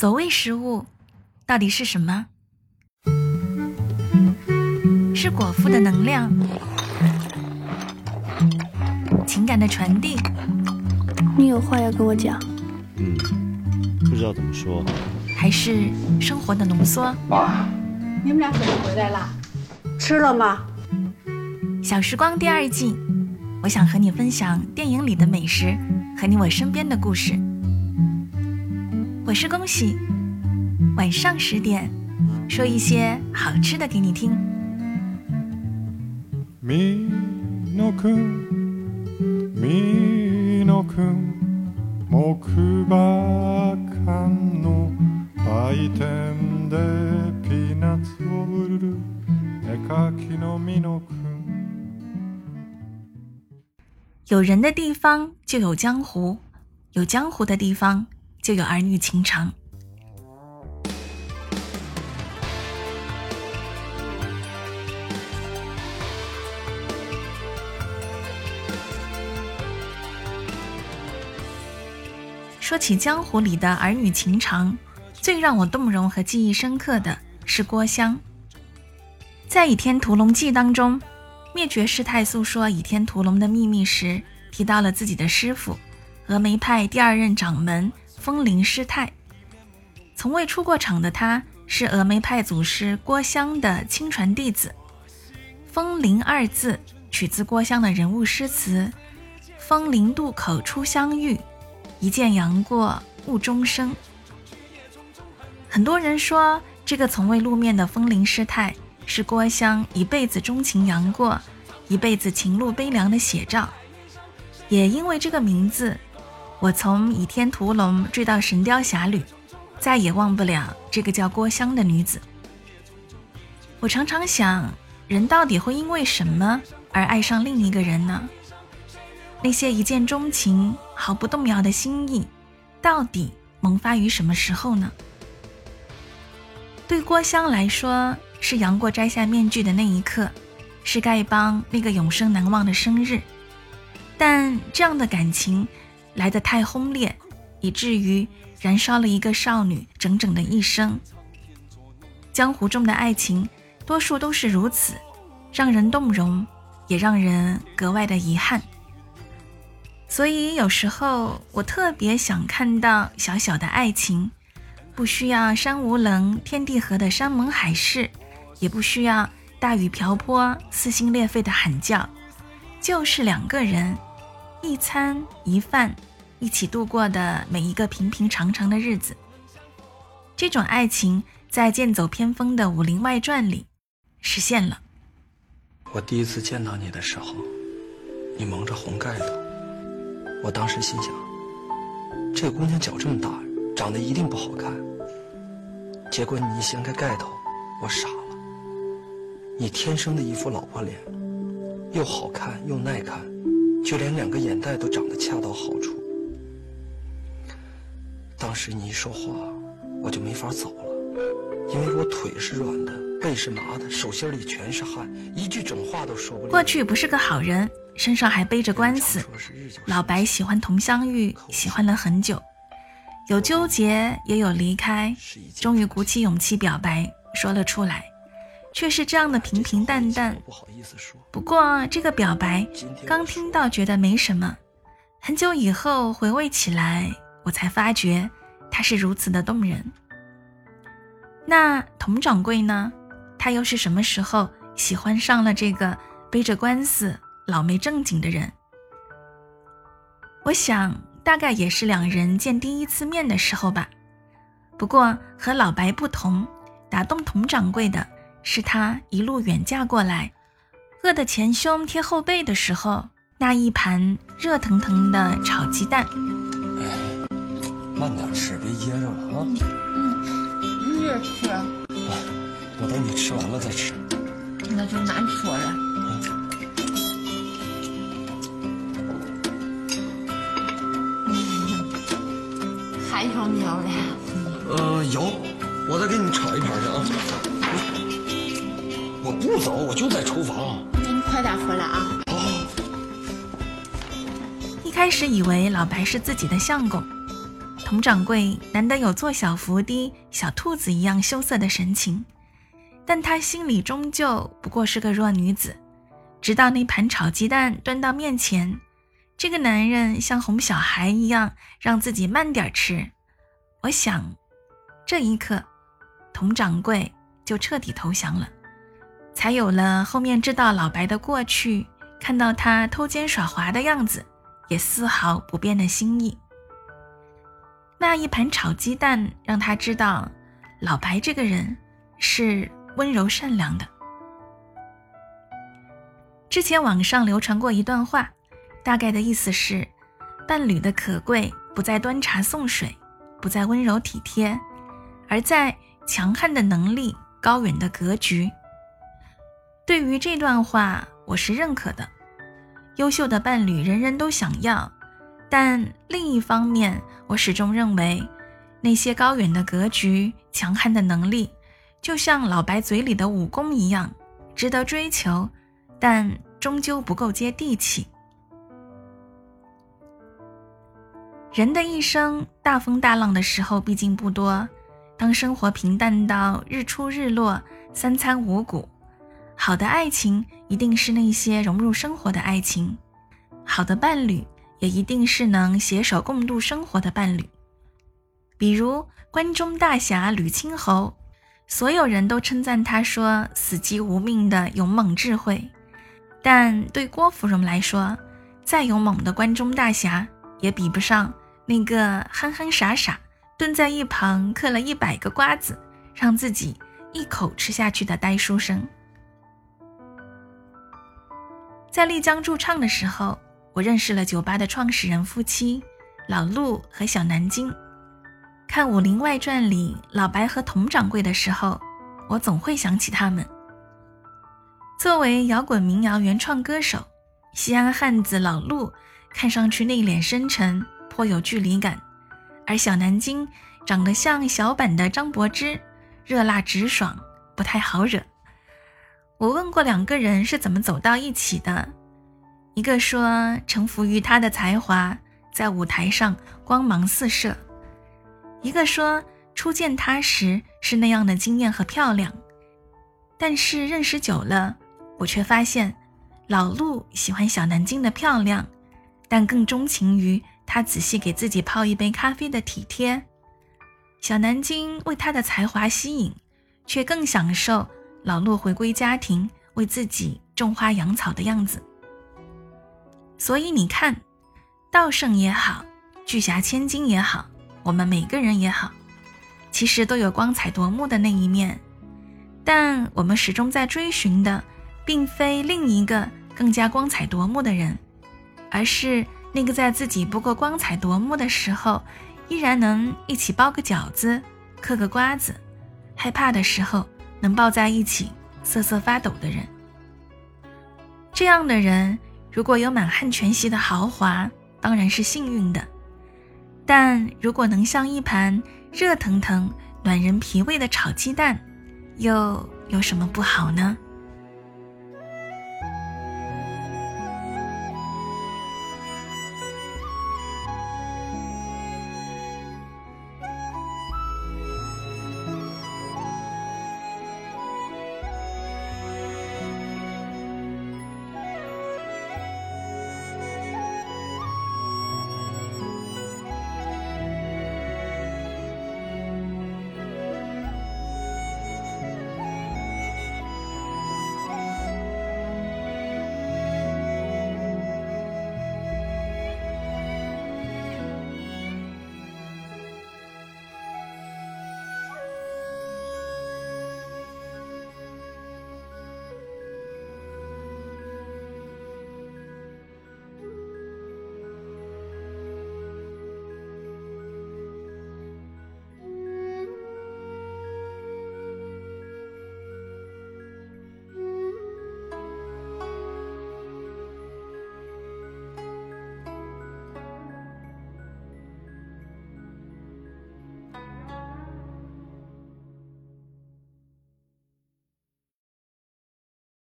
所谓食物到底是什么？是果腹的能量，情感的传递。 你有话要跟我讲？ 不知道怎么说。 还是生活的浓缩？ 爸，你们俩怎么回来了？吃了吗？ 小时光第2季，我想和你分享电影里的美食和你我身边的故事。我是恭喜，晚上10点说一些好吃的给你听。 みのくんみのくん木馬館の売店でピーナッツを売る絵描きのみのくん。 有人的地方就有江湖，有江湖的地方就有儿女情长。说起江湖里的儿女情长，最让我动容和记忆深刻的是郭襄。在《倚天屠龙记》当中，灭绝师太诉说倚天屠龙的秘密时，提到了自己的师父峨眉派第2任掌门风铃师太。从未出过场的他，是峨眉派祖师郭襄的亲传弟子。风铃2字取自郭襄的人物诗词：风铃渡口初相遇，一见杨过误终生。很多人说，这个从未露面的风铃师太是郭襄一辈子钟情杨过，一辈子情路悲凉的写照。也因为这个名字，我从倚天屠龙追到神雕侠侣，再也忘不了这个叫郭襄的女子。我常常想，人到底会因为什么而爱上另一个人呢？那些一见钟情毫不动摇的心意，到底萌发于什么时候呢？对郭襄来说，是杨过摘下面具的那一刻，是丐帮那个永生难忘的生日。但这样的感情来得太轰烈，以至于燃烧了一个少女整整的一生。江湖中的爱情多数都是如此，让人动容，也让人格外的遗憾。所以有时候我特别想看到小小的爱情，不需要山无棱天地合的山盟海誓，也不需要大雨瓢泼撕心裂肺的喊叫，就是2个人一餐一饭一起度过的每一个平平常常的日子。这种爱情在剑走偏锋的《武林外传》里实现了。 我第一次见到你的时候，你蒙着红盖头，我当时心想，这姑娘脚这么大，长得一定不好看。结果你一掀开盖头，我傻了。你天生的一副老婆脸，又好看又耐看，就连2个眼袋都长得恰到好处。当时你一说话，我就没法走了，因为我腿是软的，背是麻的，手心里全是汗，一句整话都说不了。 过去不是个好人，身上还背着官司。老白喜欢佟湘玉，喜欢了很久，有纠结也有离开，终于鼓起勇气表白，说了出来，却是这样的平平淡淡。不过这个表白刚听到觉得没什么，很久以后回味起来，我才发觉它是如此的动人。那佟掌柜呢？他又是什么时候喜欢上了这个背着官司老没正经的人？我想大概也是2人见第一次面的时候吧。不过和老白不同，打动佟掌柜的是他一路远嫁过来，饿得前胸贴后背的时候，那一盘热腾腾的炒鸡蛋。 慢点吃，别噎着了啊。 你也吃啊？ 我等你吃完了再吃。 那就难说了。还有苗嘞？ 有，我再给你炒一盘去啊。我不走，我就在厨房。 那你快点回来啊。 一开始以为老白是自己的相公， 佟掌柜难得有做小伏低、小兔子一样羞涩的神情，但他心里终究不过是个弱女子。直到那盘炒鸡蛋端到面前，这个男人像哄小孩一样让自己慢点吃。我想，这一刻，佟掌柜就彻底投降了，才有了后面知道老白的过去，看到他偷奸耍滑的样子，也丝毫不变的心意。那一盘炒鸡蛋让他知道，老白这个人是温柔善良的。之前网上流传过一段话，大概的意思是，伴侣的可贵不在端茶送水，不在温柔体贴，而在强悍的能力、高远的格局。对于这段话，我是认可的。优秀的伴侣人人都想要，但另一方面，我始终认为，那些高远的格局、强悍的能力，就像老白嘴里的武功一样，值得追求，但终究不够接地气。人的一生大风大浪的时候毕竟不多，当生活平淡到日出日落，三餐五谷，好的爱情一定是那些融入生活的爱情，好的伴侣也一定是能携手共度生活的伴侣。比如关中大侠吕青侯，所有人都称赞他说死鸡无命的勇猛智慧，但对郭芙蓉来说，再勇猛的关中大侠也比不上那个憨憨傻傻蹲在一旁嗑了100个瓜子让自己一口吃下去的呆书生。在丽江驻唱的时候，我认识了酒吧的创始人夫妻老陆和小南京。看《武林外传》里老白和佟掌柜的时候，我总会想起他们。作为摇滚民谣原创歌手，西安汉子老陆看上去内敛深沉，颇有距离感，而小南京长得像小版的张柏芝，热辣直爽，不太好惹。我问过2个人是怎么走到一起的，一个说臣服于他的才华，在舞台上光芒四射，一个说初见他时是那样的惊艳和漂亮。但是认识久了，我却发现老陆喜欢小南京的漂亮，但更钟情于他仔细给自己泡一杯咖啡的体贴。小南京为他的才华吸引，却更享受老陆回归家庭为自己种花养草的样子。所以你看，道圣也好，巨侠千金也好，我们每个人也好，其实都有光彩夺目的那一面，但我们始终在追寻的并非另一个更加光彩夺目的人，而是那个在自己不够光彩夺目的时候，依然能一起包个饺子，嗑个瓜子，害怕的时候能抱在一起瑟瑟发抖的人。这样的人如果有满汉全席的豪华，当然是幸运的，但如果能像一盘热腾腾暖人脾胃的炒鸡蛋，又有什么不好呢？